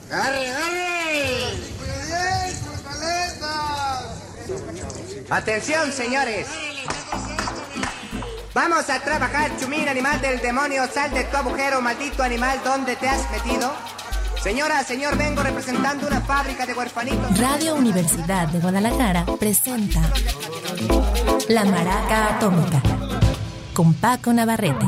¡Arre, arre! Atención, señores. Vamos a trabajar, chumín, animal del demonio. Sal de tu agujero, maldito animal. ¿Dónde te has metido? Señora, señor, vengo representando una fábrica de huerfanitos. Radio Universidad de Guadalajara presenta La Maraca Atómica con Paco Navarrete.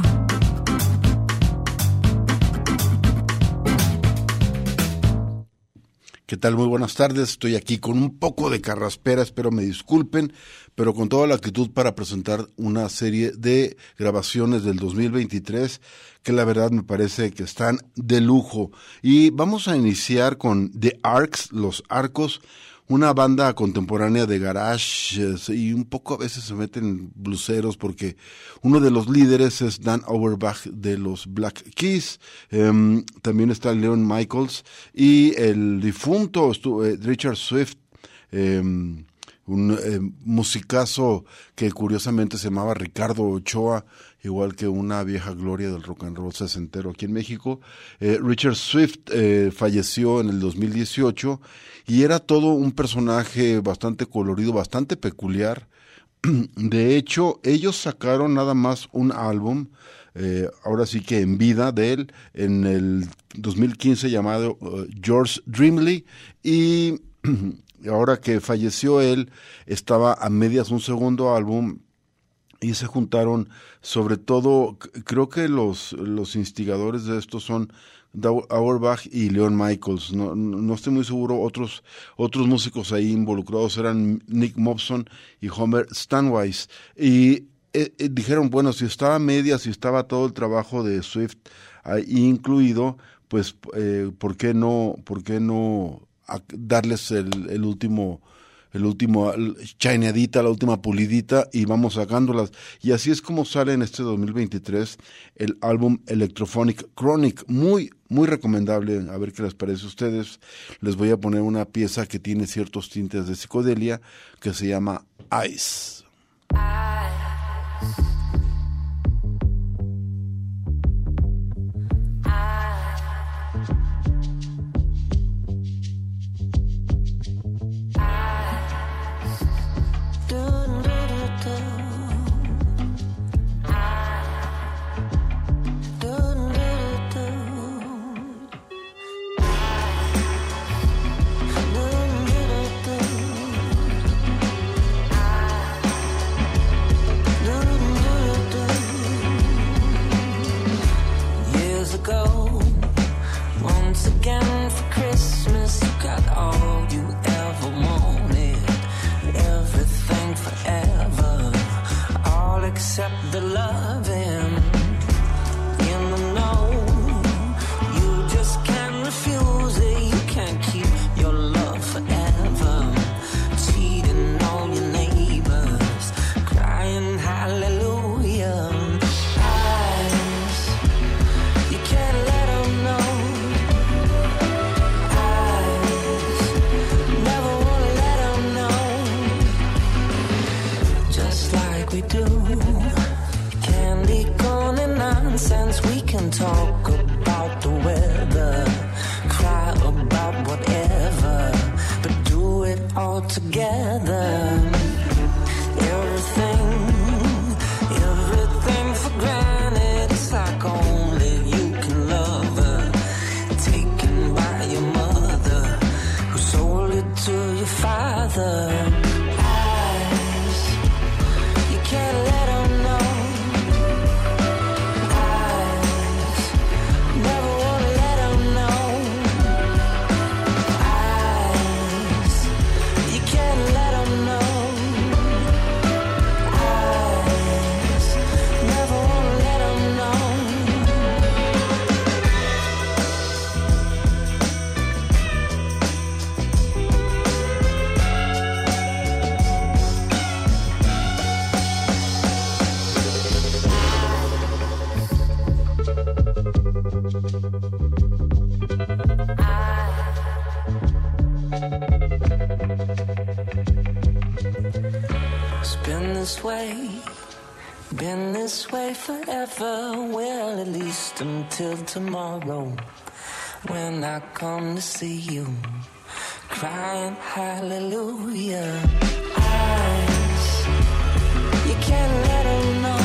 ¿Qué tal? Muy buenas tardes. Estoy aquí con un poco de carraspera, espero me disculpen, pero con toda la actitud para presentar una serie de grabaciones del 2023 que la verdad me parece que están de lujo. Y vamos a iniciar con The Arcs, Los Arcos, una banda contemporánea de garage y un poco a veces se meten bluseros porque uno de los líderes es Dan Auerbach de los Black Keys, también está Leon Michaels y el difunto Richard Swift, un musicazo que curiosamente se llamaba Ricardo Ochoa, igual que una vieja gloria del rock and roll sesentero aquí en México. Richard Swift falleció en el 2018 y era todo un personaje bastante colorido, bastante peculiar. De hecho, ellos sacaron nada más un álbum, ahora sí que en vida de él, en el 2015 llamado George Dreamly, y ahora que falleció él, estaba a medias un segundo álbum y se juntaron, sobre todo, creo que los instigadores de esto son Auerbach y Leon Michaels, no estoy muy seguro, otros músicos ahí involucrados eran Nick Mobson y Homer Stanwise, y dijeron, bueno, si estaba a medias, si estaba todo el trabajo de Swift ahí incluido, pues ¿por qué no darles el último chaineadita, la última pulidita y vamos sacándolas? Y así es como sale en este 2023 el álbum Electrophonic Chronic, muy recomendable, a ver qué les parece a ustedes. Les voy a poner una pieza que tiene ciertos tintes de psicodelia que se llama Ice. Been this way forever, well, at least until tomorrow. when I come to see you, crying hallelujah. Eyes, you can't let them know.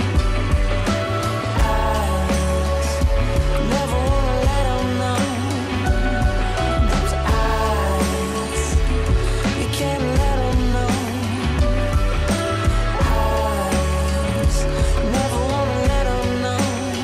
Eyes, never wanna let them know. Those eyes, you can't let them know. Eyes, never wanna let them know.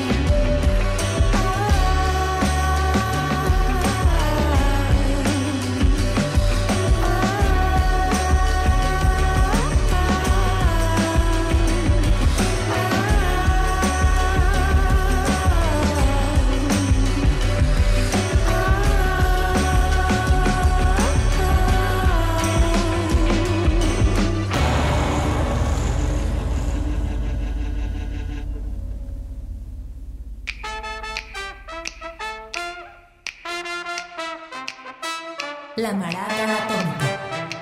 La Maraca Atómica.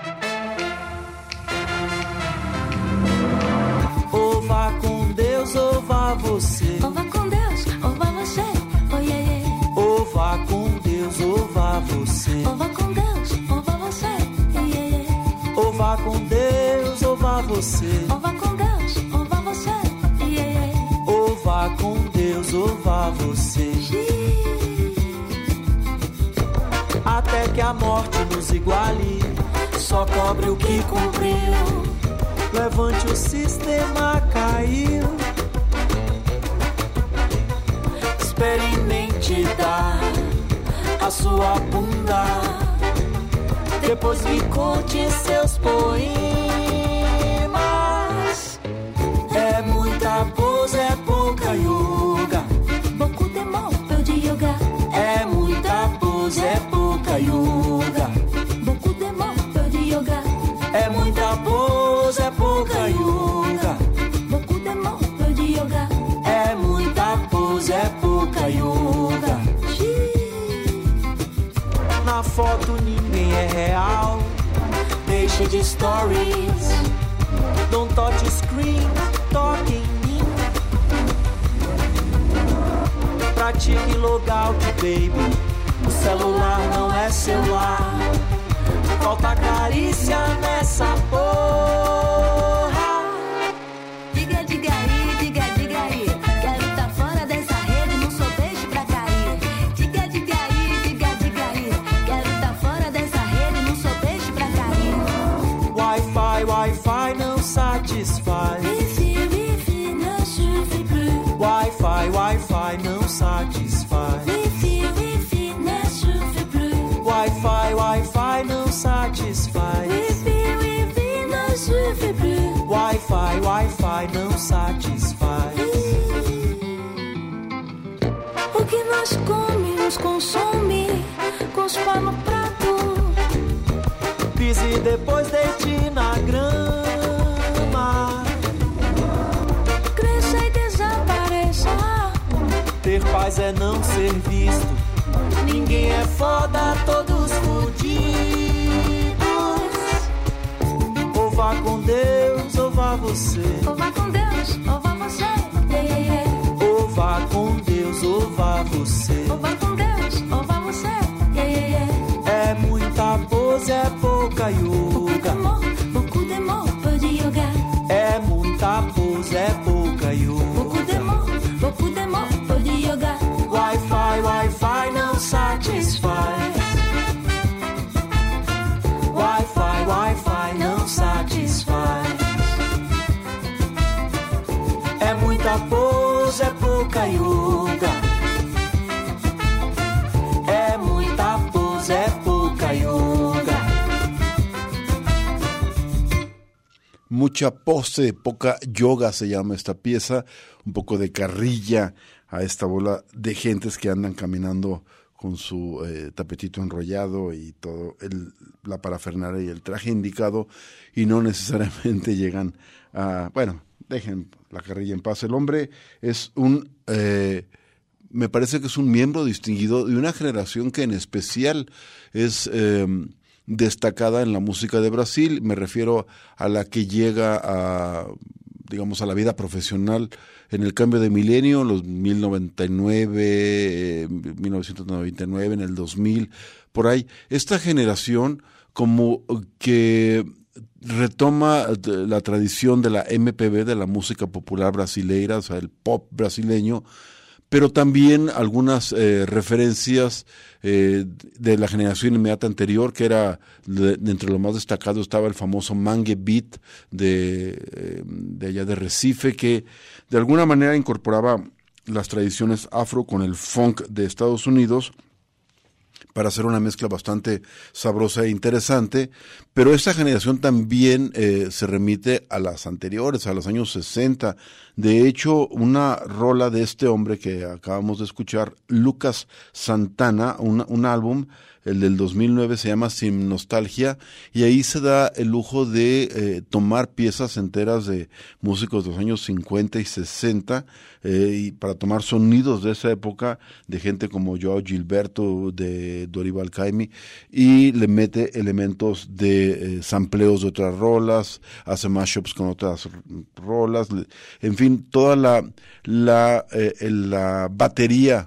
Ou vá com Deus, ou vá você. Ou vá com Deus, ou vá você. Oh, yeah, yeah. Ou vá com Deus, ou vá você. Ou vá com Deus, ou vá você. Yeah, yeah, yeah. Ou vá com Deus, ou vá você. Ou vá com Deus, ou vá você. Yeah, yeah. Ou vá com Deus, ou vá você. Até que a morte nos iguale, só cobre o que cumpriu. Levante, o sistema caiu. Experimente dar a sua bunda, depois me conte seus poemas. É muita pose, é pouca yoga. Beaucoup de mots, peu de yoga. É muita pose, é pouca yoga. Beaucoup de mots, peu de yoga. É muita pose, é pouca yoga. Beaucoup de mots, peu de yoga. É muita pose, é pouca yoga. Na foto ninguém é real. Deixa de stories. Don't touch screen, toque em mim. Pratique logout, baby. O celular não é celular. Falta carícia nessa porra. Diga, diga aí, diga, diga aí. Quero tá fora dessa rede, não sou peixe pra cair. Diga, diga aí, diga, diga aí. Quero tá fora dessa rede, não sou peixe pra cair. Wi-Fi, Wi-Fi não satisfaz. Wifi, wifi, ne suffit plus. Wi-Fi, Wi-Fi não satisfaz. Wifi, wifi, ne suffit plus. Wi-Fi, Wi-Fi não satisfaz. Wifi, wifi, ne suffit plus. Wi-Fi, Wi-Fi não satisfaz. O que nós come, nos consome, com os pés no prato. Pise e depois deite na grama. Cresça e desapareça. Ter paz é não ser visto. Ninguém é foda, todos fudidos. Ou vá com Deus, ou vá você. Ou vá com Deus, ou vá você. Yeah, yeah, yeah. Ou vá com Deus, ou vá você. Ou vá com Deus, ou vá você. Yeah, yeah, yeah. É muita pose, é pouca yoga. Beaucoup de mots, peu de yoga. É muita pose, é pouca Beaucoup de yoga. mots, peu de yoga. Wi-Fi, Wi-Fi não satisfaz. Wi-Fi, Wi-Fi não satisfaz. É muita pose, é pouca yoga. É muita pose, é pouca yoga. Mucha pose, poca yoga se llama esta pieza, un poco de carrilla a esta bola de gentes que andan caminando con su tapetito enrollado y todo la parafernalia y el traje indicado y no necesariamente llegan a, bueno, dejen la carrilla en paz. El hombre es me parece que es un miembro distinguido de una generación que en especial es destacada en la música de Brasil. Me refiero a la que llega a, digamos, a la vida profesional en el cambio de milenio, los 1999, en el 2000, por ahí. Esta generación como que retoma la tradición de la MPB, de la música popular brasileira, o sea, el pop brasileño, pero también algunas referencias de la generación inmediata anterior, que era, entre lo más destacado estaba el famoso Mangue Beat de allá de Recife, que de alguna manera incorporaba las tradiciones afro con el funk de Estados Unidos, para hacer una mezcla bastante sabrosa e interesante, pero esta generación también se remite a las anteriores, a los años 60. De hecho, una rola de este hombre que acabamos de escuchar, Lucas Santana, un álbum, el del 2009, se llama Sin Nostalgia, y ahí se da el lujo de tomar piezas enteras de músicos de los años 50 y 60, y para tomar sonidos de esa época, de gente como Joao Gilberto, de Dorival Caymmi, y le mete elementos de sampleos de otras rolas, hace mashups con otras rolas, en fin, toda la batería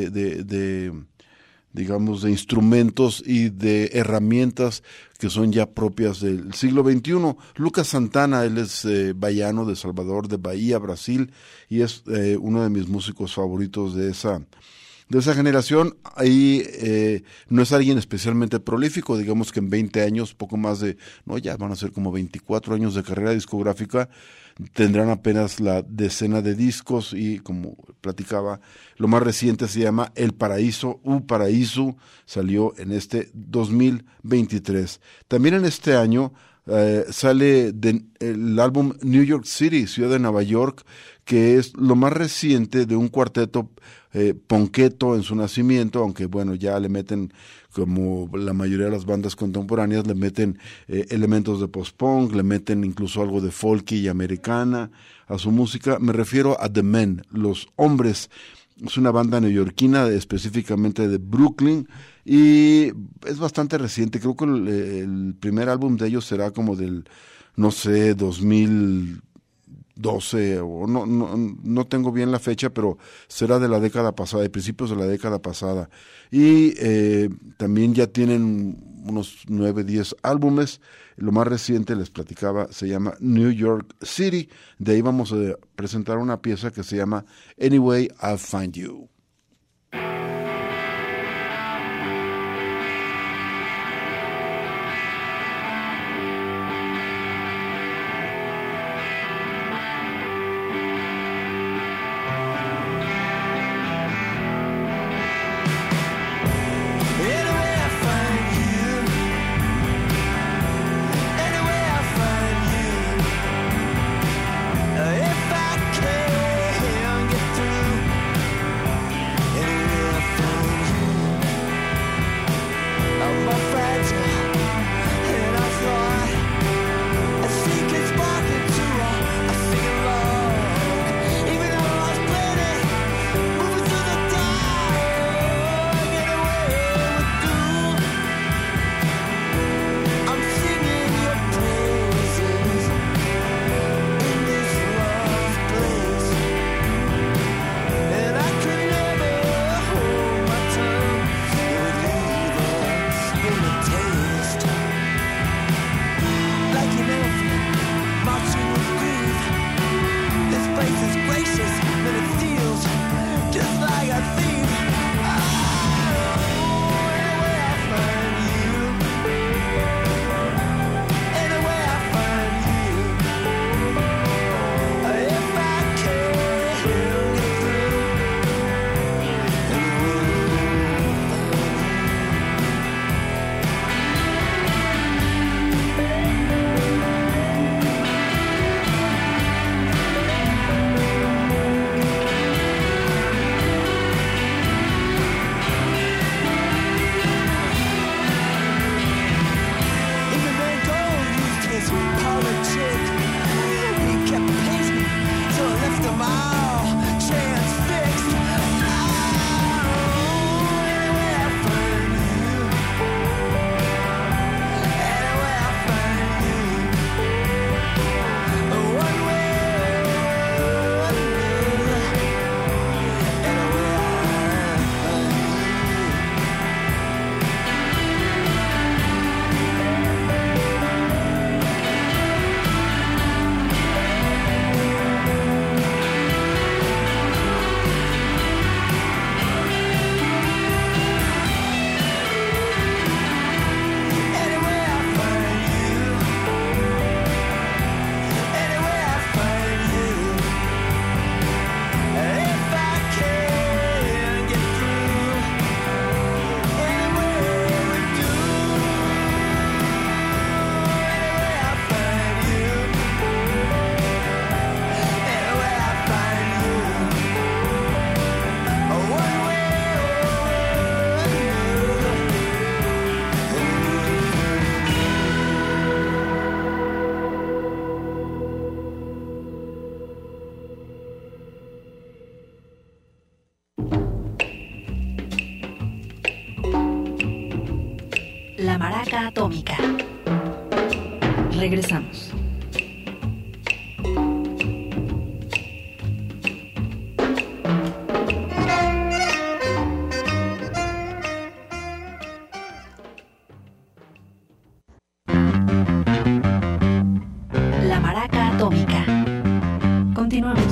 digamos, de instrumentos y de herramientas que son ya propias del siglo XXI. Lucas Santana, él es baiano de Salvador, de Bahía, Brasil, y es uno de mis músicos favoritos de esa generación. Ahí no es alguien especialmente prolífico, digamos que en 20 años, poco más de, ya van a ser como 24 años de carrera discográfica, tendrán apenas la decena de discos, y como platicaba, lo más reciente se llama El Paraíso, Paraíso, salió en este 2023. También en este año sale el álbum New York City, Ciudad de Nueva York, que es lo más reciente de un cuarteto ponqueto en su nacimiento, aunque bueno, ya le meten, como la mayoría de las bandas contemporáneas, le meten elementos de post-punk, le meten incluso algo de folky y americana a su música. Me refiero a The Men, Los Hombres. Es una banda neoyorquina, específicamente de Brooklyn, y es bastante reciente. Creo que el primer álbum de ellos será como del, 2012, o no tengo bien la fecha, pero será de la década pasada, de principios de la década pasada. Y también ya tienen unos 9, 10 álbumes. Lo más reciente, les platicaba, se llama New York City. De ahí vamos a presentar una pieza que se llama Anyway I'll Find You. La Maraca Atómica. Regresamos. La Maraca Atómica. Continuamos.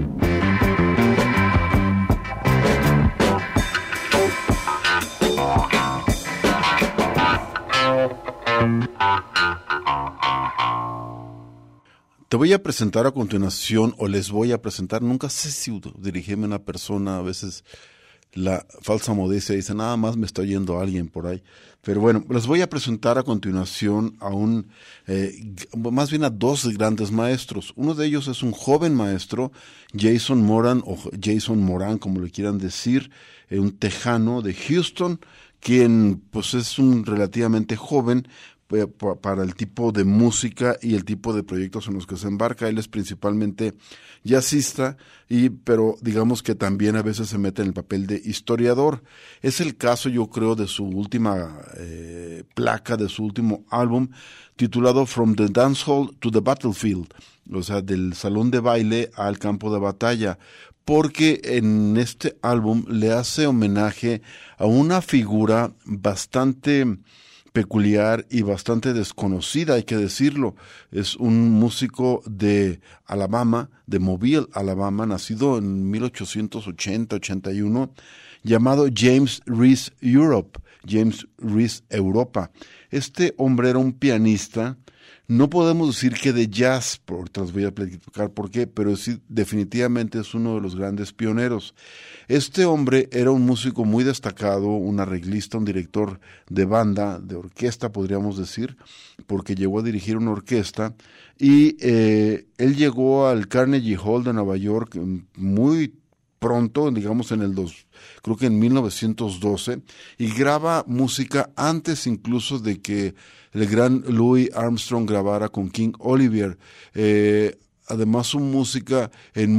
Te voy a presentar a continuación, o les voy a presentar, nunca sé si dirigirme a una persona, a veces la falsa modestia dice, nada más me está oyendo alguien por ahí. Pero bueno, les voy a presentar a continuación a más bien a dos grandes maestros. Uno de ellos es un joven maestro, Jason Moran, o Jason Moran, como le quieran decir, un tejano de Houston, quien pues es un relativamente joven, para el tipo de música y el tipo de proyectos en los que se embarca. Él es principalmente jazzista, pero digamos que también a veces se mete en el papel de historiador. Es el caso, yo creo, de su última placa, de su último álbum, titulado From the Dance Hall to the Battlefield, o sea, del salón de baile al campo de batalla, porque en este álbum le hace homenaje a una figura bastante peculiar y bastante desconocida, hay que decirlo. Es un músico de Alabama, de Mobile, Alabama, nacido en 1880-81, llamado James Reese Europe, James Reese Europa. Este hombre era un pianista, no podemos decir que de jazz, ahorita les voy a platicar por qué, pero sí, definitivamente es uno de los grandes pioneros. Este hombre era un músico muy destacado, un arreglista, un director de banda, de orquesta, podríamos decir, porque llegó a dirigir una orquesta, y él llegó al Carnegie Hall de Nueva York muy pronto, digamos creo que en 1912, y graba música antes incluso de que el gran Louis Armstrong grabara con King Oliver. Además su música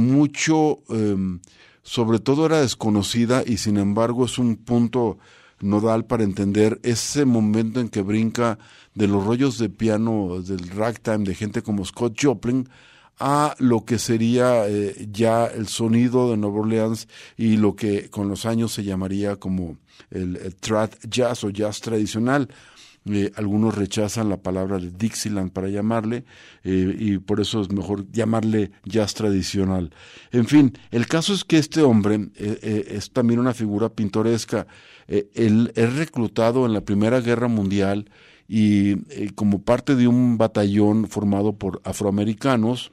sobre todo era desconocida, y sin embargo es un punto nodal para entender ese momento en que brinca de los rollos de piano del ragtime de gente como Scott Joplin a lo que sería ya el sonido de Nueva Orleans y lo que con los años se llamaría como el trad jazz o jazz tradicional. Algunos rechazan la palabra de Dixieland para llamarle, y por eso es mejor llamarle jazz tradicional. En fin, el caso es que este hombre es también una figura pintoresca. Él es reclutado en la Primera Guerra Mundial y como parte de un batallón formado por afroamericanos,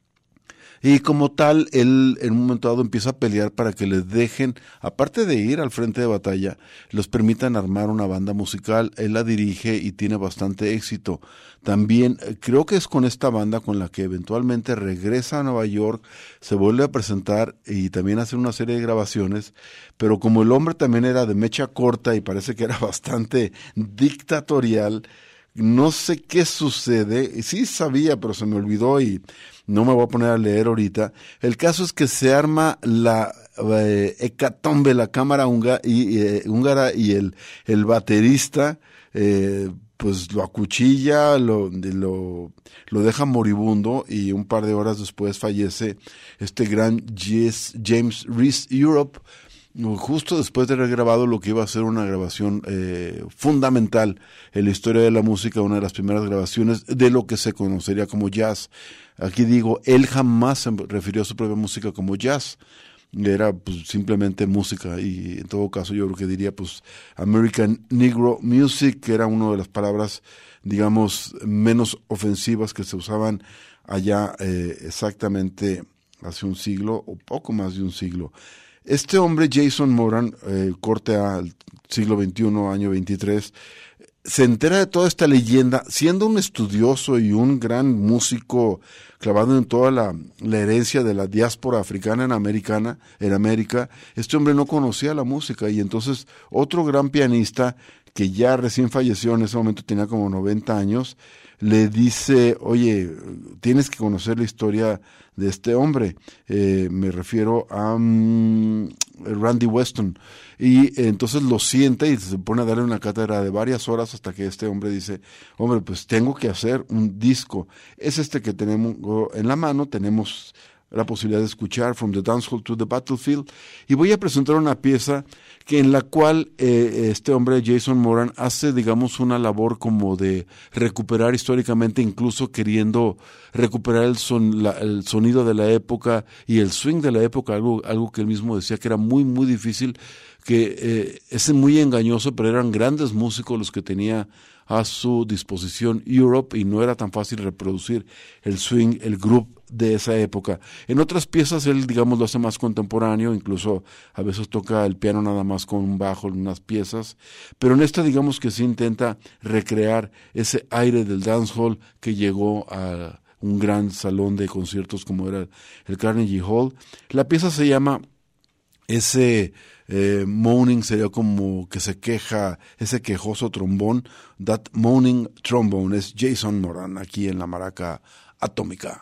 y como tal, él en un momento dado empieza a pelear para que les dejen, aparte de ir al frente de batalla, los permitan armar una banda musical. Él la dirige y tiene bastante éxito. También creo que es con esta banda con la que eventualmente regresa a Nueva York, se vuelve a presentar y también hace una serie de grabaciones, pero como el hombre también era de mecha corta y parece que era bastante dictatorial, no sé qué sucede, sí sabía, pero se me olvidó y no me voy a poner a leer ahorita. El caso es que se arma la hecatombe, la cámara húngara, y el baterista pues lo acuchilla, lo deja moribundo, y un par de horas después fallece este gran James Reese Europe, justo después de haber grabado lo que iba a ser una grabación fundamental en la historia de la música, una de las primeras grabaciones de lo que se conocería como jazz. Aquí digo, él jamás se refirió a su propia música como jazz, era pues simplemente música, y en todo caso yo creo que diría pues American Negro Music, que era una de las palabras, digamos, menos ofensivas que se usaban allá exactamente hace un siglo o poco más de un siglo. Este hombre, Jason Moran, corte al siglo XXI, año 23, se entera de toda esta leyenda, siendo un estudioso y un gran músico clavado en toda la herencia de la diáspora africana en América. Este hombre no conocía la música, y entonces otro gran pianista, que ya recién falleció, en ese momento tenía como 90 años, le dice, oye, tienes que conocer la historia de este hombre. Me refiero a Randy Weston. Y entonces lo sienta y se pone a darle una cátedra de varias horas hasta que este hombre dice, hombre, pues tengo que hacer un disco. Es este que tenemos en la mano, tenemos la posibilidad de escuchar From the Dancehall to the Battlefield, y voy a presentar una pieza en la cual este hombre Jason Moran hace, digamos, una labor como de recuperar históricamente, incluso queriendo recuperar el sonido de la época y el swing de la época, algo que él mismo decía que era muy, muy difícil, que es muy engañoso, pero eran grandes músicos los que tenía a su disposición Europe, y no era tan fácil reproducir el swing, el groove de esa época. En otras piezas él, digamos, lo hace más contemporáneo, incluso a veces toca el piano nada más con un bajo en unas piezas, pero en esta, digamos, que sí intenta recrear ese aire del dancehall que llegó a un gran salón de conciertos como era el Carnegie Hall. La pieza se llama moaning, sería como que se queja, ese quejoso trombón. That Moaning Trombone es Jason Moran aquí en la Maraca Atómica.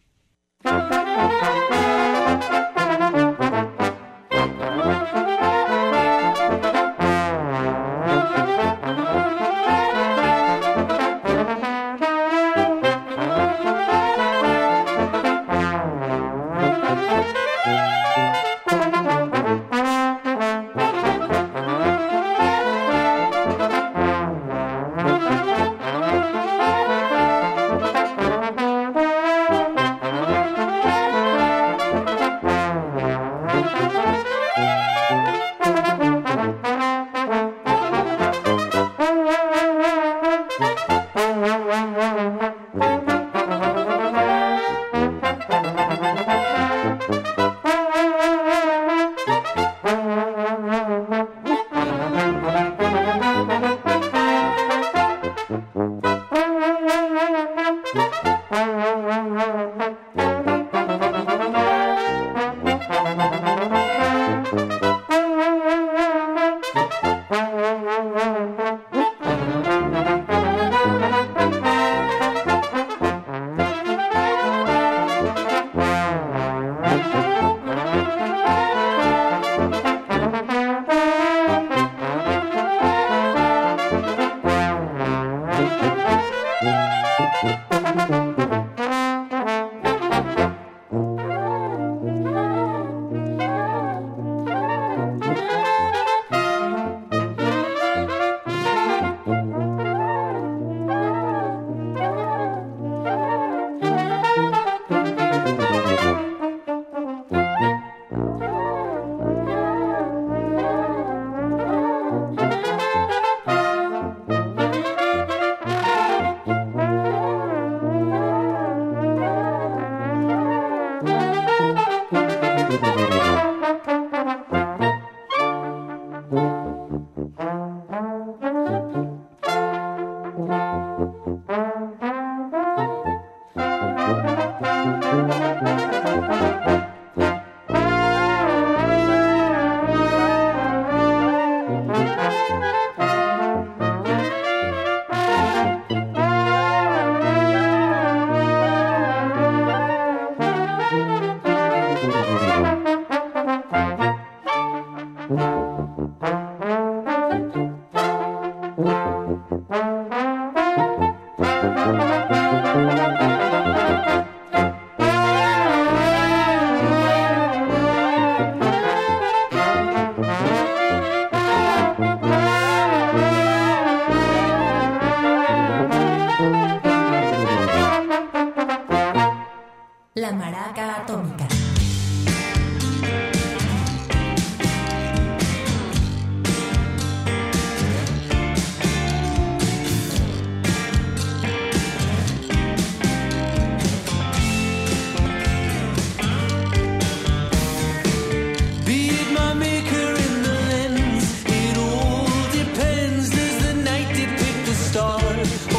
La Maraca Atómica.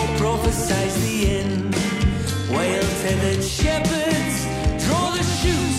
Shepherds draw the shoes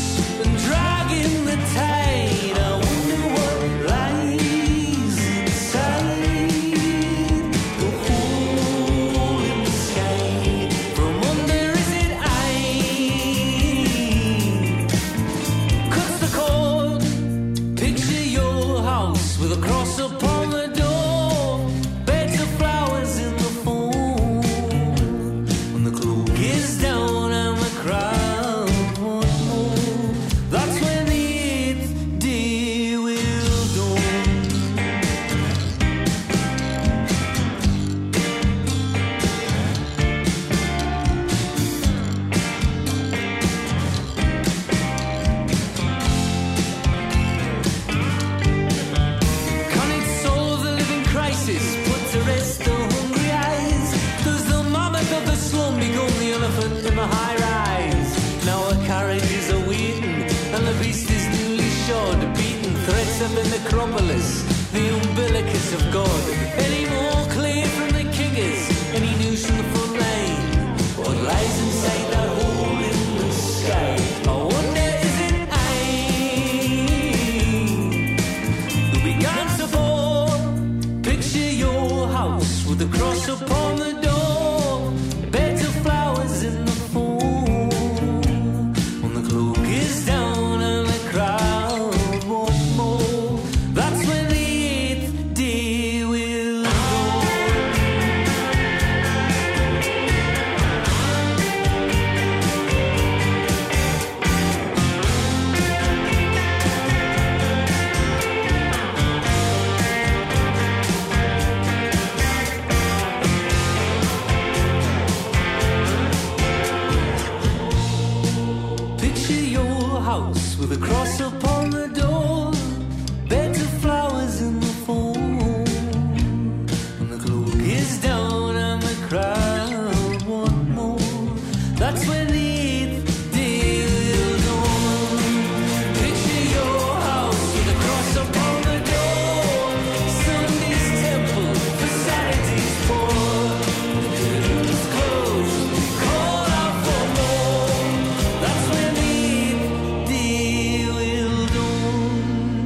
the necropolis, the umbilicus of God. Any more clear from the king is, any news from the front lane? What lies inside that hole in the sky? I wonder, is it I who began to fall? Picture your house with a cross upon the door, beds of flowers in the fall. When the cloak is down and the crowd want more, that's when the eighth day will dawn. Picture your house with a cross upon the door, beds of flowers in the fall. When the cloak is down and the crowd want more, that's when the eighth day will dawn. Picture your house with a cross upon the door, Sunday's temple for Saturday's poor. The curtains closed, call out for more, that's when the eighth day will dawn.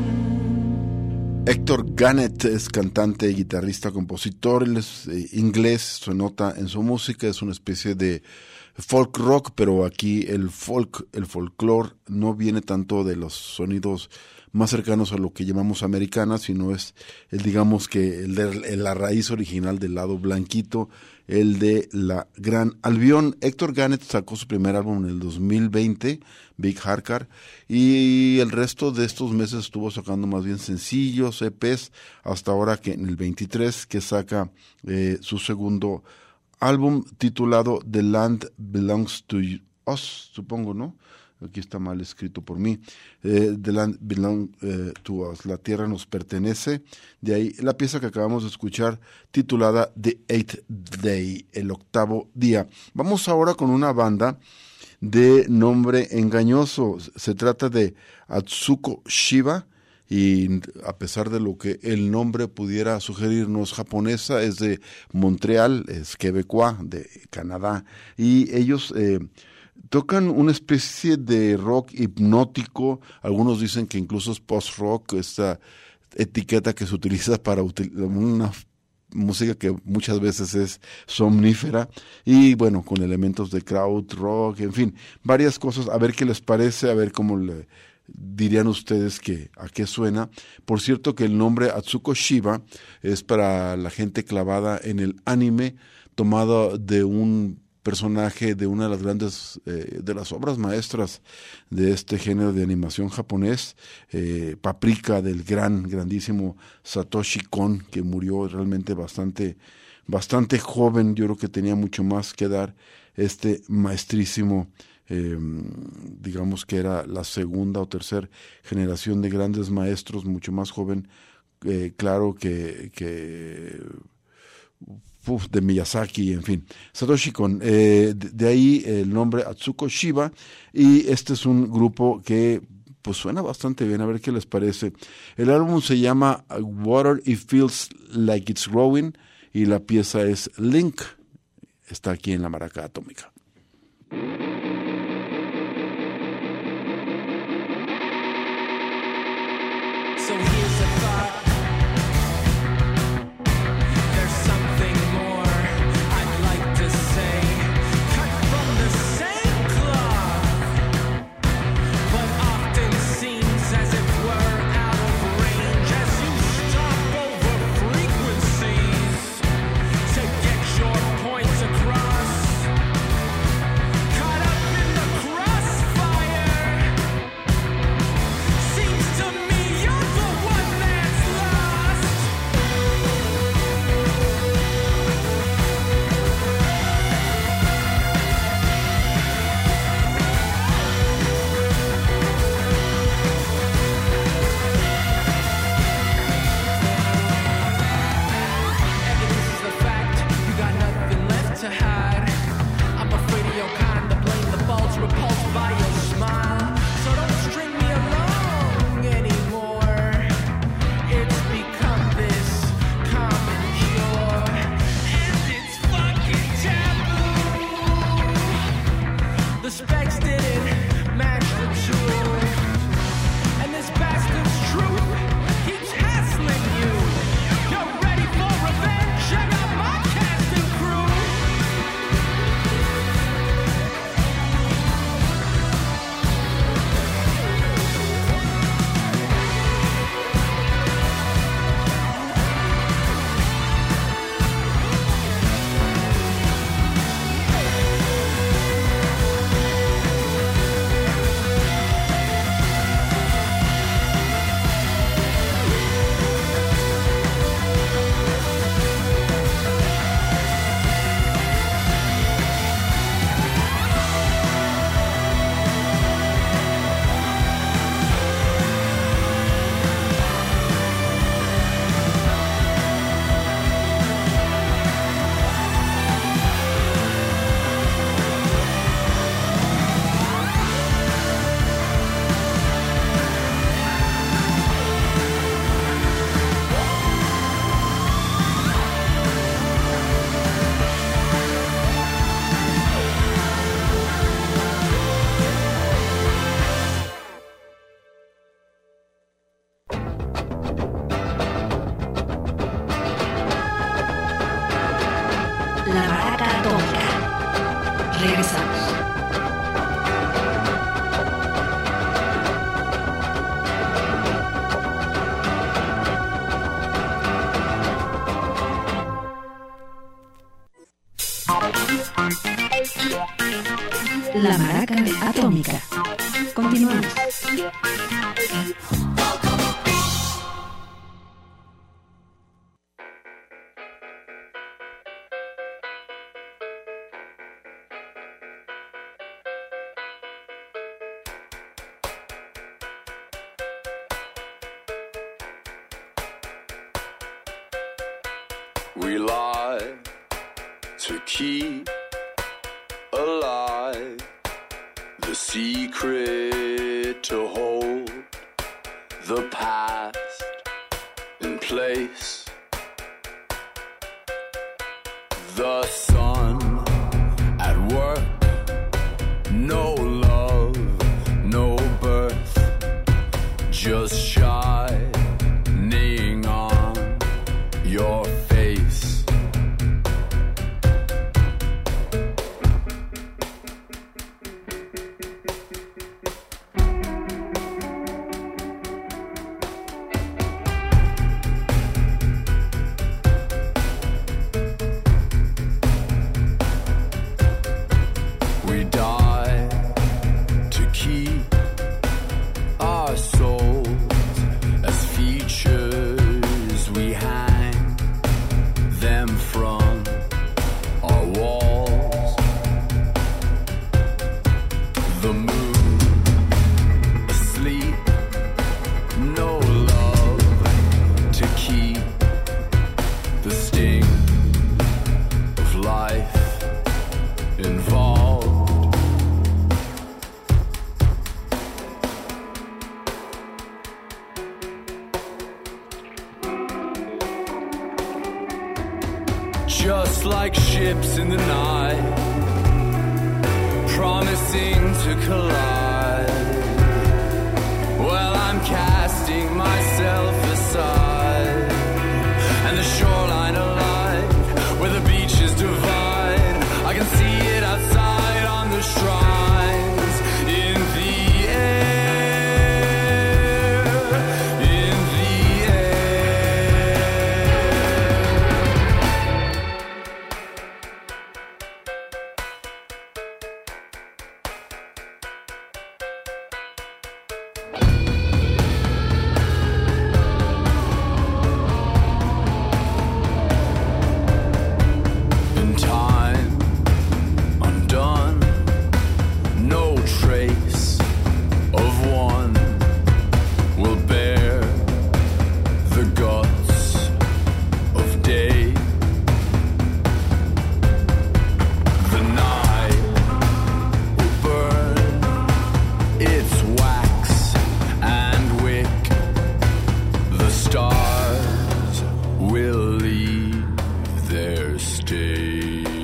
Héctor Gannett es cantante, guitarrista, compositor, él es inglés, se nota en su música, es una especie de folk rock, pero aquí el folclore no viene tanto de los sonidos más cercanos a lo que llamamos americana, sino es digamos que el de la raíz original del lado blanquito, el de la Gran Albión. Héctor Gannett sacó su primer álbum en el 2020, Big Hardcore, y el resto de estos meses estuvo sacando más bien sencillos, EPs, hasta ahora que en el 23 que saca su segundo álbum titulado The Land Belongs to Us, supongo, ¿no? Aquí está mal escrito por mí. The Land Belongs to Us, la tierra nos pertenece. De ahí la pieza que acabamos de escuchar titulada The Eighth Day, el octavo día. Vamos ahora con una banda de nombre engañoso. Se trata de Atsuko Shiba, y a pesar de lo que el nombre pudiera sugerirnos, japonesa, es de Montreal, es quebecois, de Canadá, y ellos tocan una especie de rock hipnótico. Algunos dicen que incluso es post-rock, esta etiqueta que se utiliza para una música que muchas veces es somnífera, y bueno, con elementos de crowd rock, en fin, varias cosas. A ver qué les parece, a ver cómo le dirían ustedes que a qué suena. Por cierto que el nombre Atsuko Shiba es para la gente clavada en el anime, tomado de un personaje de una de las grandes, de las obras maestras de este género de animación japonés, Paprika, del grandísimo Satoshi Kon, que murió realmente bastante joven. Yo creo que tenía mucho más que dar este maestrísimo, digamos que era la segunda o tercera generación de grandes maestros, mucho más joven, claro que de Miyazaki, en fin, Satoshi Kon, de ahí el nombre Atsuko Shiba, y este es un grupo que pues suena bastante bien, a ver qué les parece. El álbum se llama Water It Feels Like It's Growing, y la pieza es Link, está aquí en la Maraca Atómica. So here's a thought. There's something more I'd like to say. Cut from the same cloth, but often seems as if we're out of range as you stop over frequencies to get your points across. Cut Regresamos. La Maraca Atómica. Continuamos. We lie to keep alive the secret to hold the past in place. The sun at work, no love, no birth, just shining on your face. We die to keep our souls as features. We hang them from our walls. The moon asleep, no love to keep the sting of life involved. Just like ships in the night, promising to collide. Well, I'm casting myself aside, and the shoreline alive, where the beaches divide. I can see it outside on the shrines, in the air, in the air. In time undone, no trace of one will bear the guts of day. The night will burn its wax and wick. The stars will leave their stage.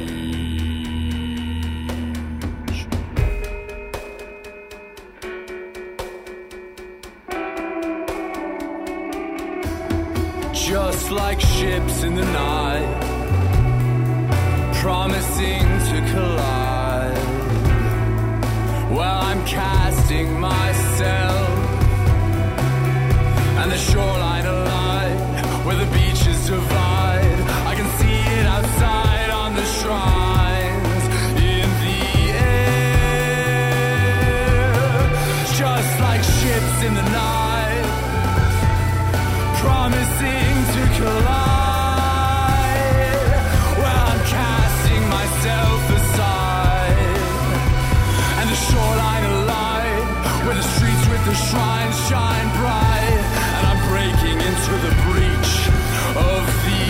Just like ships in the night, promising to collide. Well, I'm casting myself, and the shoreline alive, where the beaches divide. I can see it outside on the shrines, in the air. Just like ships in the night, promising to collide. Well, I'm casting myself aside, and the shoreline alive, where the streets with the shrines shine bright. And I'm breaking into the breach of the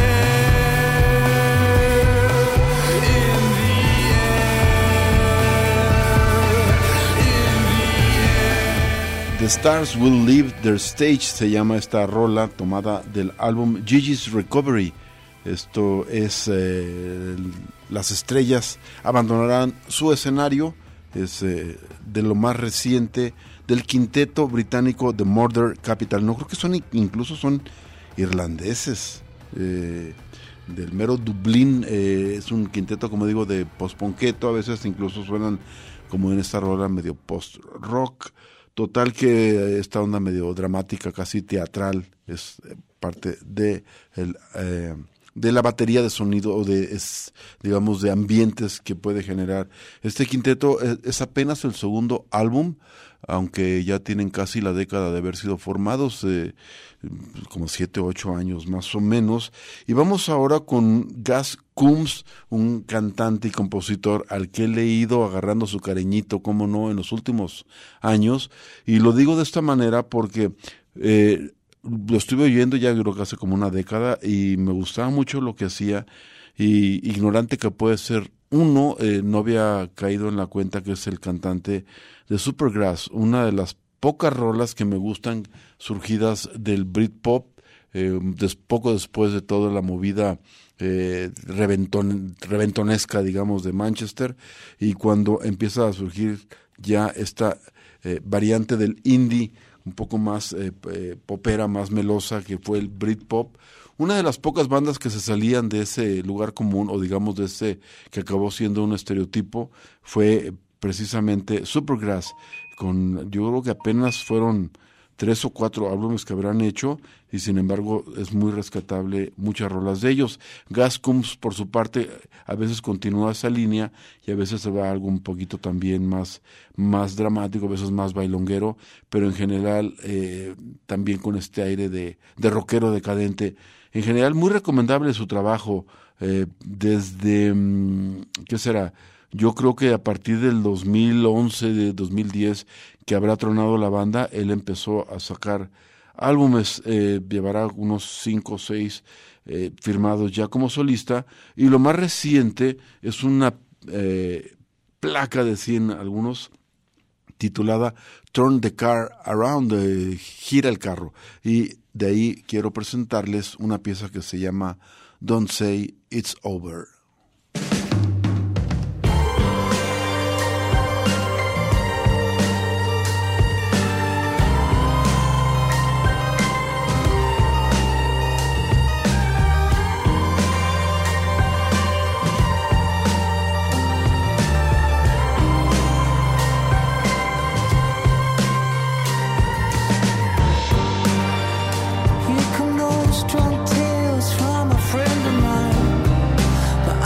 air, in the air, in the air. The Stars Will Leave Their Stage se llama esta rola tomada del álbum Gigi's Recovery. Esto es las estrellas abandonarán su escenario. Es de lo más reciente del quinteto británico The Murder Capital. No creo que incluso son irlandeses. del mero Dublín. Es un quinteto, como digo, de post-punketo, a veces incluso suenan como en esta rola medio post-rock. Total que esta onda medio dramática, casi teatral, es parte de la batería de sonido o digamos de ambientes que puede generar este quinteto. Es apenas el segundo álbum, aunque ya tienen casi la década de haber sido formados, como 7 o 8 años más o menos. Y vamos ahora con Gus Coombs, un cantante y compositor al que he leído agarrando su cariñito, cómo no, en los últimos años. Y lo digo de esta manera porque lo estuve oyendo ya creo que hace como una década y me gustaba mucho lo que hacía, y ignorante que puede ser uno, no había caído en la cuenta que es el cantante de Supergrass, una de las pocas rolas que me gustan surgidas del Britpop, poco después de toda la movida reventonesca, digamos, de Manchester, y cuando empieza a surgir ya esta variante del indie, un poco más popera, más melosa, que fue el Britpop. Una de las pocas bandas que se salían de ese lugar común, o digamos de ese que acabó siendo un estereotipo, fue precisamente Supergrass. Yo creo que apenas fueron 3 o 4 álbumes que habrán hecho, y sin embargo es muy rescatable muchas rolas de ellos. Gus Coombs, por su parte, a veces continúa esa línea y a veces se va a algo un poquito también más dramático, a veces más bailonguero, pero en general también con este aire de rockero decadente. En general muy recomendable su trabajo, desde, ¿qué será? Yo creo que a partir del 2011, de 2010, que habrá tronado la banda, él empezó a sacar álbumes, llevará unos 5 o 6 firmados ya como solista, y lo más reciente es una placa, decían algunos, titulada Turn the Car Around, gira el carro, y de ahí quiero presentarles una pieza que se llama Don't Say It's Over. Here come those drunk tales from a friend of mine, but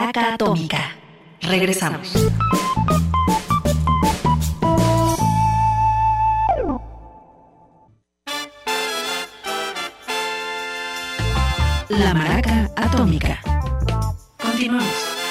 Maraca Atómica. Regresamos. La Maraca Atómica. Continuamos.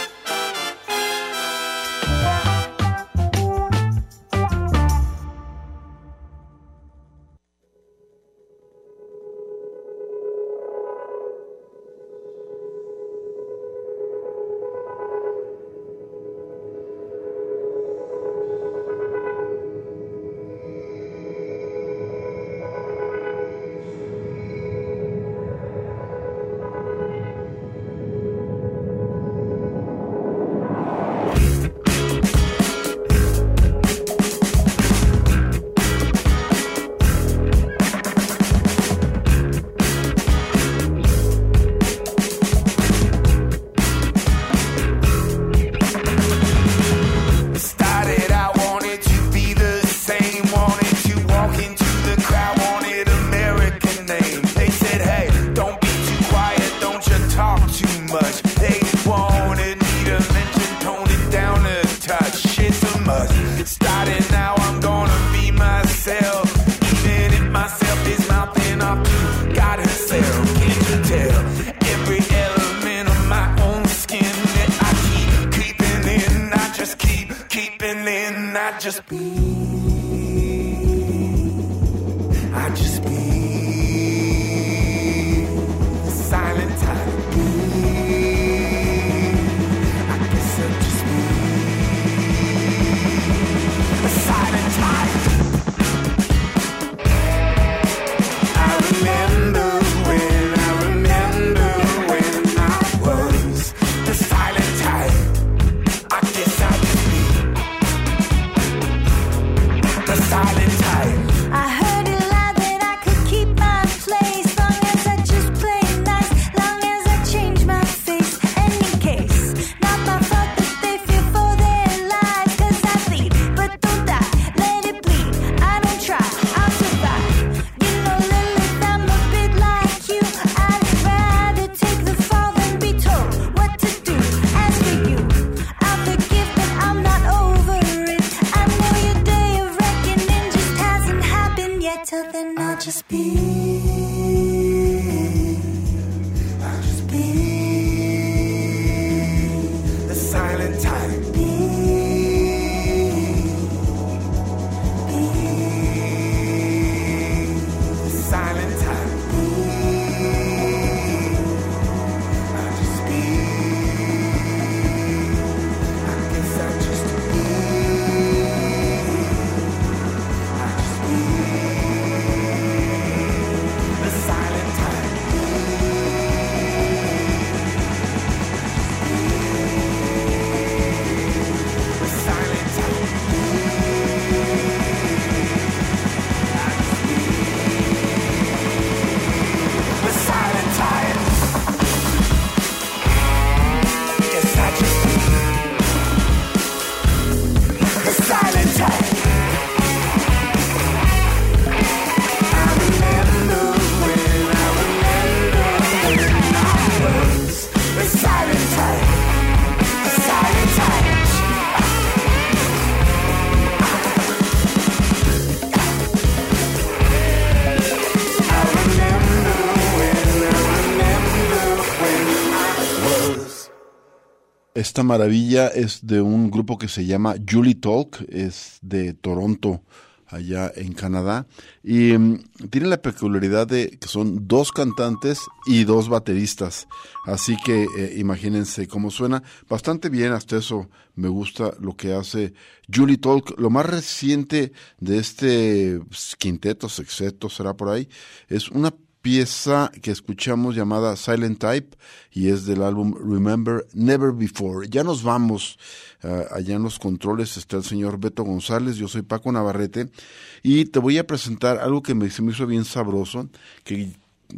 Esta maravilla es de un grupo que se llama Julie Talk, es de Toronto, allá en Canadá, y tiene la peculiaridad de que son 2 cantantes y 2 bateristas, así que imagínense cómo suena, bastante bien, hasta eso me gusta lo que hace Julie Talk. Lo más reciente de este quinteto, sexteto, será por ahí, es una pieza que escuchamos llamada Silent Type y es del álbum Remember Never Before. Ya nos vamos, allá en los controles está el señor Beto González, yo soy Paco Navarrete y te voy a presentar algo que se me hizo bien sabroso, que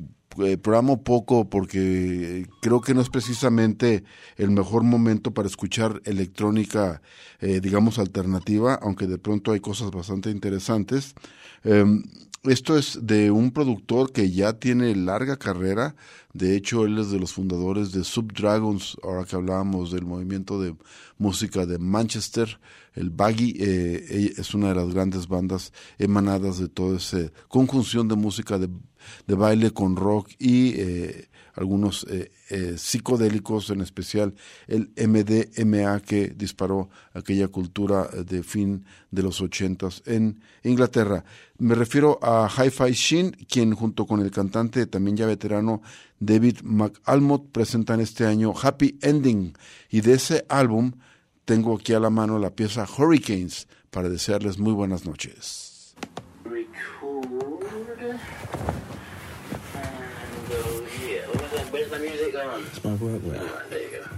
programo poco porque creo que no es precisamente el mejor momento para escuchar electrónica, digamos, alternativa, aunque de pronto hay cosas bastante interesantes. Esto es de un productor que ya tiene larga carrera. De hecho, él es de los fundadores de Subdragons, ahora que hablábamos del movimiento de música de Manchester. El Baggy es una de las grandes bandas emanadas de toda esa conjunción de música de baile con rock y algunos psicodélicos, en especial el MDMA, que disparó aquella cultura de fin de los 80s en Inglaterra. Me refiero a Hi-Fi Shin, quien junto con el cantante también ya veterano David McAlmont presentan este año Happy Ending, y de ese álbum tengo aquí a la mano la pieza Hurricanes para desearles muy buenas noches. Where's my music on? It's my work wear. There you go.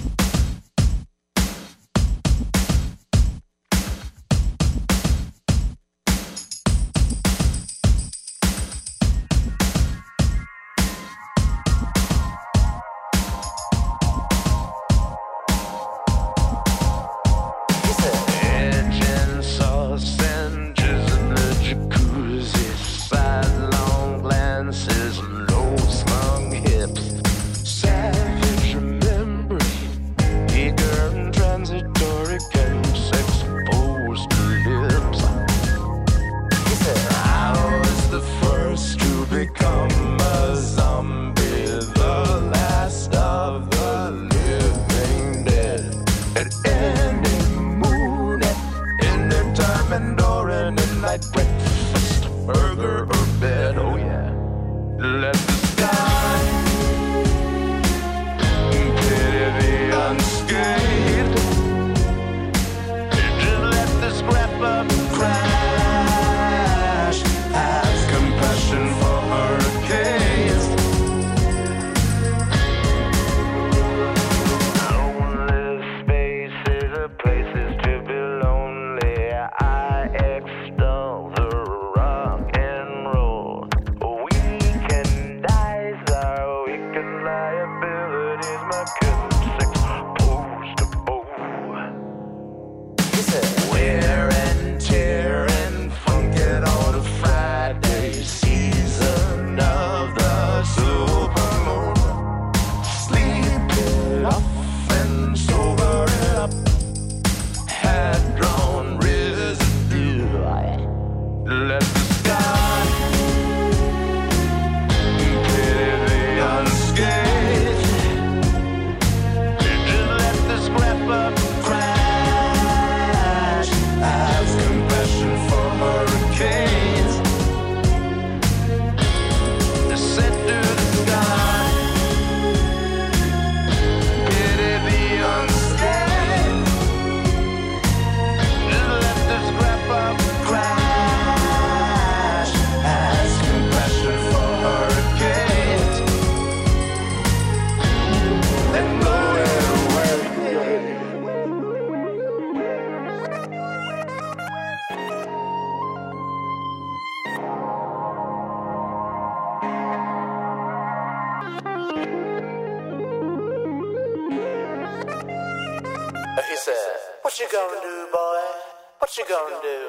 He said, what you gonna do, boy? What you gonna do?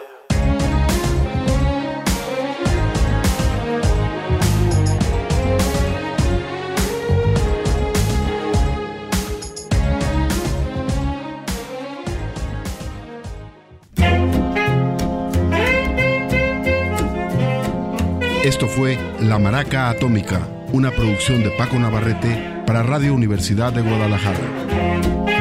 Esto fue La Maraca Atómica, una producción de Paco Navarrete para Radio Universidad de Guadalajara.